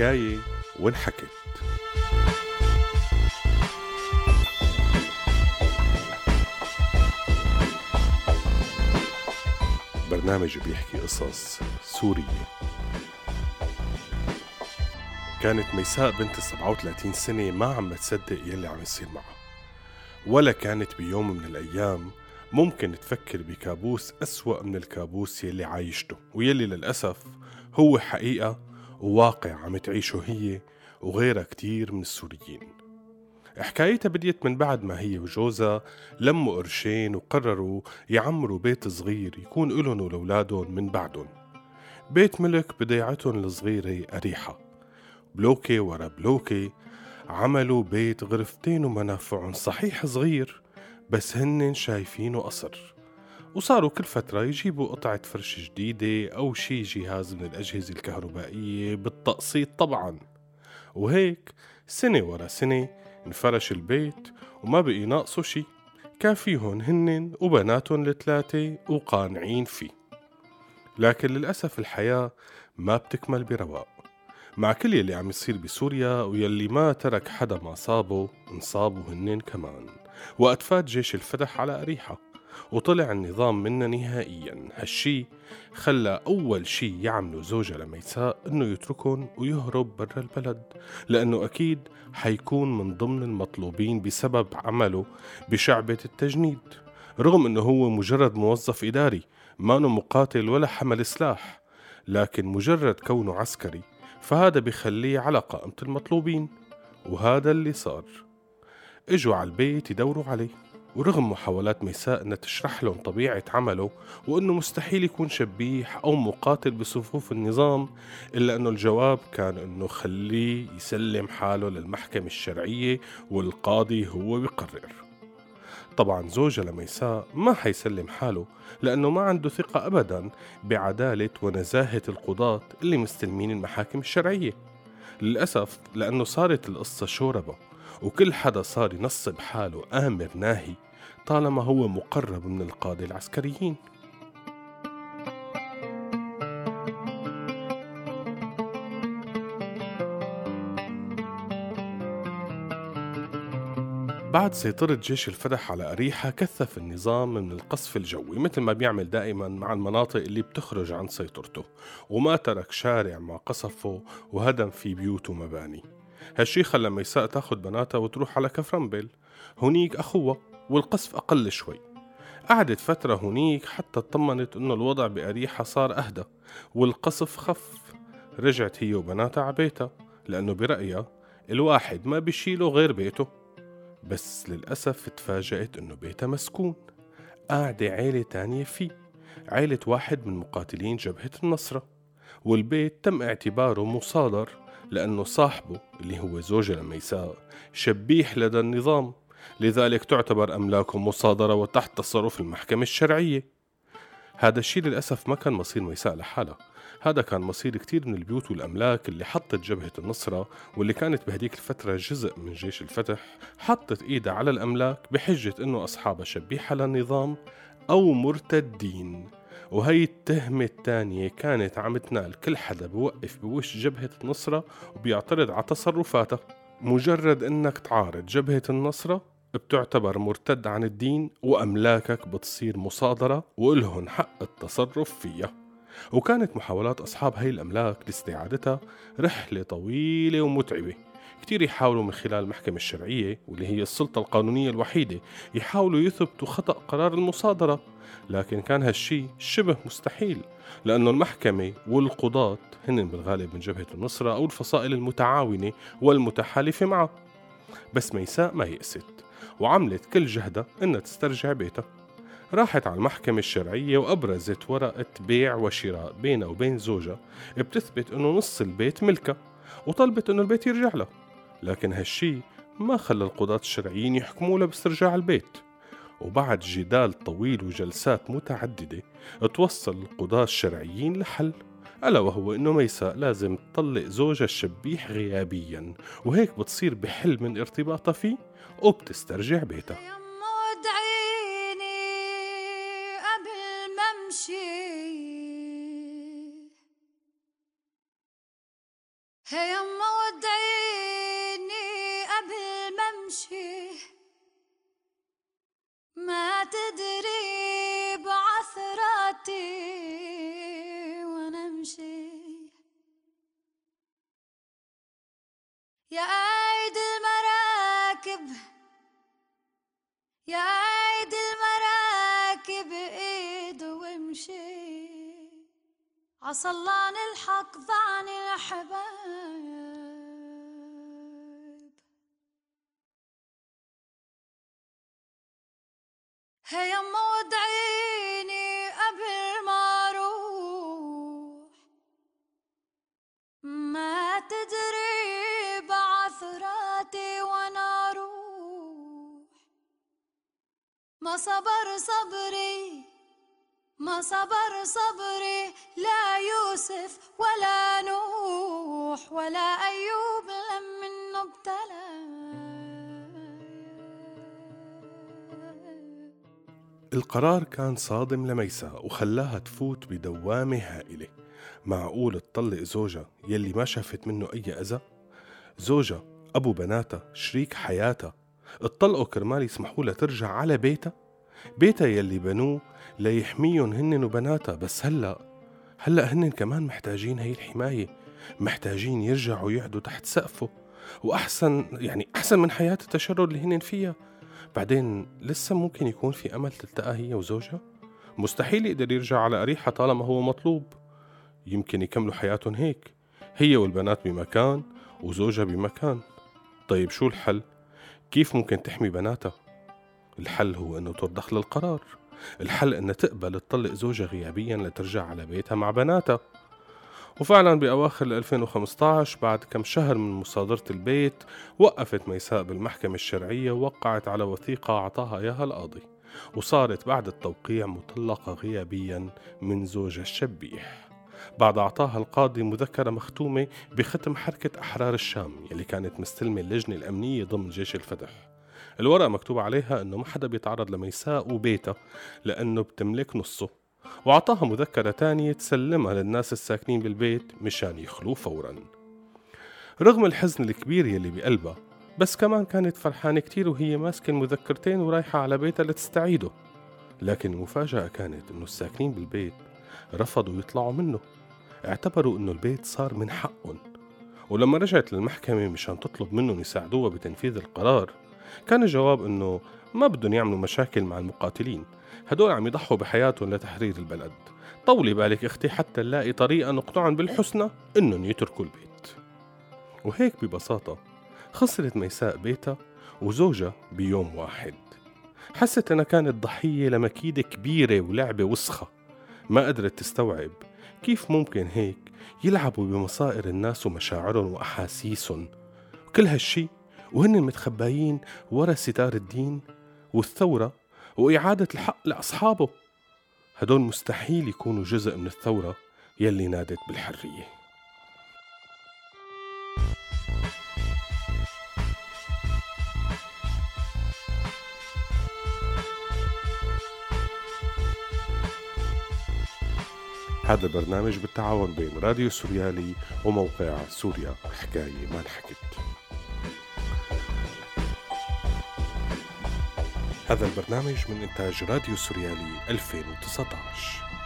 حكاية وانحكت. برنامج بيحكي قصص سورية. كانت ميساء بنت 37 سنة ما عم تصدق يلي عم يصير معها، ولا كانت بيوم من الأيام ممكن تفكر بكابوس أسوأ من الكابوس يلي عايشته، ويلي للأسف هو حقيقة وواقع عم تعيشه هي وغيرها كتير من السوريين. حكايتها بديت من بعد ما هي وجوزها لموا قرشين وقرروا يعمروا بيت صغير يكون إلهم ولولادهم من بعدهم، بيت ملك بضيعتهم الصغيرة أريحة. بلوكي ورا بلوكي عملوا بيت غرفتين ومنافعهم صحيح صغير، بس هن شايفينه قصر. وصاروا كل فترة يجيبوا قطعة فرش جديدة أو شي جهاز من الأجهزة الكهربائية بالتقسيط طبعا. وهيك سنة ورا سنة انفرش البيت وما بقي ناقصه شي، كافيهن هنن وبناتهم الثلاثة وقانعين فيه. لكن للأسف الحياة ما بتكمل برواق، مع كل يلي عم يصير بسوريا ويلي ما ترك حدا ما صابه انصابوا هنن كمان. وقت فات جيش الفتح على أريحة وطلع النظام منا نهائيا، هالشي خلى أول شي يعملوا زوجها لميساء إنه يتركن ويهرب برا البلد، لأنه أكيد حيكون من ضمن المطلوبين بسبب عمله بشعبة التجنيد، رغم إنه هو مجرد موظف إداري مانو مقاتل ولا حمل سلاح. لكن مجرد كونه عسكري فهذا بيخليه على قائمة المطلوبين، وهذا اللي صار. اجوا على البيت يدوروا عليه، ورغم محاولات ميساء انها تشرح لهم طبيعة عمله وانه مستحيل يكون شبيح او مقاتل بصفوف النظام، الا انه الجواب كان انه خليه يسلم حاله للمحكمة الشرعية والقاضي هو بيقرر. طبعا زوجها لميساء ما حيسلم حاله، لأنه ما عنده ثقة أبدا بعدالة ونزاهة القضاة اللي مستلمين المحاكم الشرعية. للأسف لأنه صارت القصة شوربة، وكل حدا صار ينصب حاله آمر ناهي طالما هو مقرب من القادة العسكريين. بعد سيطرة جيش الفتح على أريحة كثف النظام من القصف الجوي مثل ما بيعمل دائما مع المناطق اللي بتخرج عن سيطرته، وما ترك شارع ما قصفه وهدم في بيوت ومباني. هالشي خلى ميساء تاخد بناتها وتروح على كفرنبل، هنيك أخوها والقصف أقل شوي. قعدت فترة هنيك حتى اطمنت إنه الوضع بأريحة صار أهدى والقصف خف. رجعت هي وبناتها عبيتها، لأنه برأيها الواحد ما بيشيله غير بيته. بس للأسف تفاجأت إنه بيتها مسكون، قاعدة عيلة تانية فيه، عيلة واحد من مقاتلين جبهة النصرة، والبيت تم اعتباره مصادر لأنه صاحبه اللي هو زوجها لميساء شبيح لدى النظام، لذلك تعتبر أملاكه مصادرة وتحت تصرف المحكمة الشرعية. هذا الشيء للأسف ما كان مصير ميساء لحالها، هذا كان مصير كتير من البيوت والأملاك اللي حطت جبهة النصرة واللي كانت بهديك الفترة جزء من جيش الفتح، حطت إيدها على الأملاك بحجة إنه أصحابها شبيحة للنظام أو مرتدين. وهي التهمة الثانية كانت عم تنال كل حدا بوقف بوش جبهة النصرة وبيعترض على تصرفاتها. مجرد إنك تعارض جبهة النصرة بتعتبر مرتد عن الدين، وأملاكك بتصير مصادرة وإلهن حق التصرف فيها. وكانت محاولات أصحاب هاي الأملاك لاستعادتها رحلة طويلة ومتعبة كتير، يحاولوا من خلال المحكمة الشرعية واللي هي السلطة القانونية الوحيدة يحاولوا يثبتوا خطأ قرار المصادرة، لكن كان هالشي شبه مستحيل، لأنه المحكمة والقضاة هن بالغالب من جبهة النصرة أو الفصائل المتعاونة والمتحالفة معه. بس ميساء ما يأست وعملت كل جهدها إنها تسترجع بيتها. راحت على المحكمة الشرعية وأبرزت ورقة بيع وشراء بينها وبين زوجها بتثبت إنه نص البيت ملكها، وطلبت إنه البيت يرجع لها. لكن هالشي ما خلى القضاة الشرعيين يحكموا لها باسترجاع البيت. وبعد جدال طويل وجلسات متعددة توصل القضاة الشرعيين لحل، ألا وهو إنه ميساء لازم تطلق زوجها الشبيح غيابيا، وهيك بتصير بحل من ارتباطها فيه وبتسترجع بيتها. هي يما ودعيني قبل ما امشي، ما تدري بعثراتي وانا امشي. يا قايد المراكب، يا قايد المراكب ايد وامشي، عصلان الحق ضعن الحبايب. هي يما ودعيني قبل ما اروح، ما تدري بعثراتي وانا اروح. ما صبر صبري، ما صبر صبري، لا يوسف ولا نوح ولا أيوب لم منه ابتلى. القرار كان صادم لميساء وخلاها تفوت بدوامة هائلة. معقول تطلق زوجها يلي ما شافت منه أي أذى؟ زوجها أبو بناتها شريك حياتها اتطلقوا كرمال يسمحوا لها ترجع على بيتها يلي بنوه ليحميهم هن وبناتها. بس هلأ هن كمان محتاجين هي الحماية، محتاجين يرجعوا يقعدوا تحت سقفه، وأحسن أحسن من حياة التشرد اللي هن فيها. بعدين لسه ممكن يكون في أمل تلتقى هي وزوجها؟ مستحيل يقدر يرجع على أريحة طالما هو مطلوب. يمكن يكملوا حياتهم هيك، هي والبنات بمكان وزوجها بمكان. طيب شو الحل؟ كيف ممكن تحمي بناتها؟ الحل هو أنه ترضخ للقرار. الحل أنها تقبل تطلق زوجها غيابيا لترجع على بيتها مع بناتها. وفعلا بأواخر 2015 بعد كم شهر من مصادرة البيت، وقفت ميساء بالمحكمة الشرعية ووقعت على وثيقة أعطاها إياها القاضي، وصارت بعد التوقيع مطلقة غيابيا من زوجها الشبيح. بعد أعطاها القاضي مذكرة مختومة بختم حركة أحرار الشام يلي كانت مستلمة اللجنة الأمنية ضمن جيش الفتح. الورقة مكتوب عليها أنه ما حدا بيتعرض لميساء وبيتها لأنه بتملك نصه، وعطاها مذكرة تانية تسلمها للناس الساكنين بالبيت مشان يخلوه فورا. رغم الحزن الكبير يلي بقلبها، بس كمان كانت فرحانة كتير وهي ماسكة المذكرتين ورايحة على بيتها لتستعيده. لكن المفاجأة كانت أنه الساكنين بالبيت رفضوا يطلعوا منه، اعتبروا أنه البيت صار من حقهم. ولما رجعت للمحكمة مشان تطلب منهم يساعدوها بتنفيذ القرار، كان الجواب أنه ما بدهم يعملوا مشاكل مع المقاتلين، هدول عم يضحوا بحياتهم لتحرير البلد. طولي بالك اختي حتى نلاقي طريقة نقنعهم بالحسنى انهم يتركوا البيت. وهيك ببساطة خسرت ميساء بيتها وزوجها بيوم واحد. حست انها كانت ضحية لمكيدة كبيرة ولعبة وسخة، ما قدرت تستوعب كيف ممكن هيك يلعبوا بمصائر الناس ومشاعرهم وأحاسيسهم، وكل هالشي وهن متخبايين ورا ستار الدين والثورة وإعادة الحق لأصحابه. هدول مستحيل يكونوا جزء من الثورة يلي نادت بالحرية. هذا البرنامج بالتعاون بين راديو سوريالي وموقع سوريا حكاية ما انحكت. هذا البرنامج من إنتاج راديو سوريالي 2019.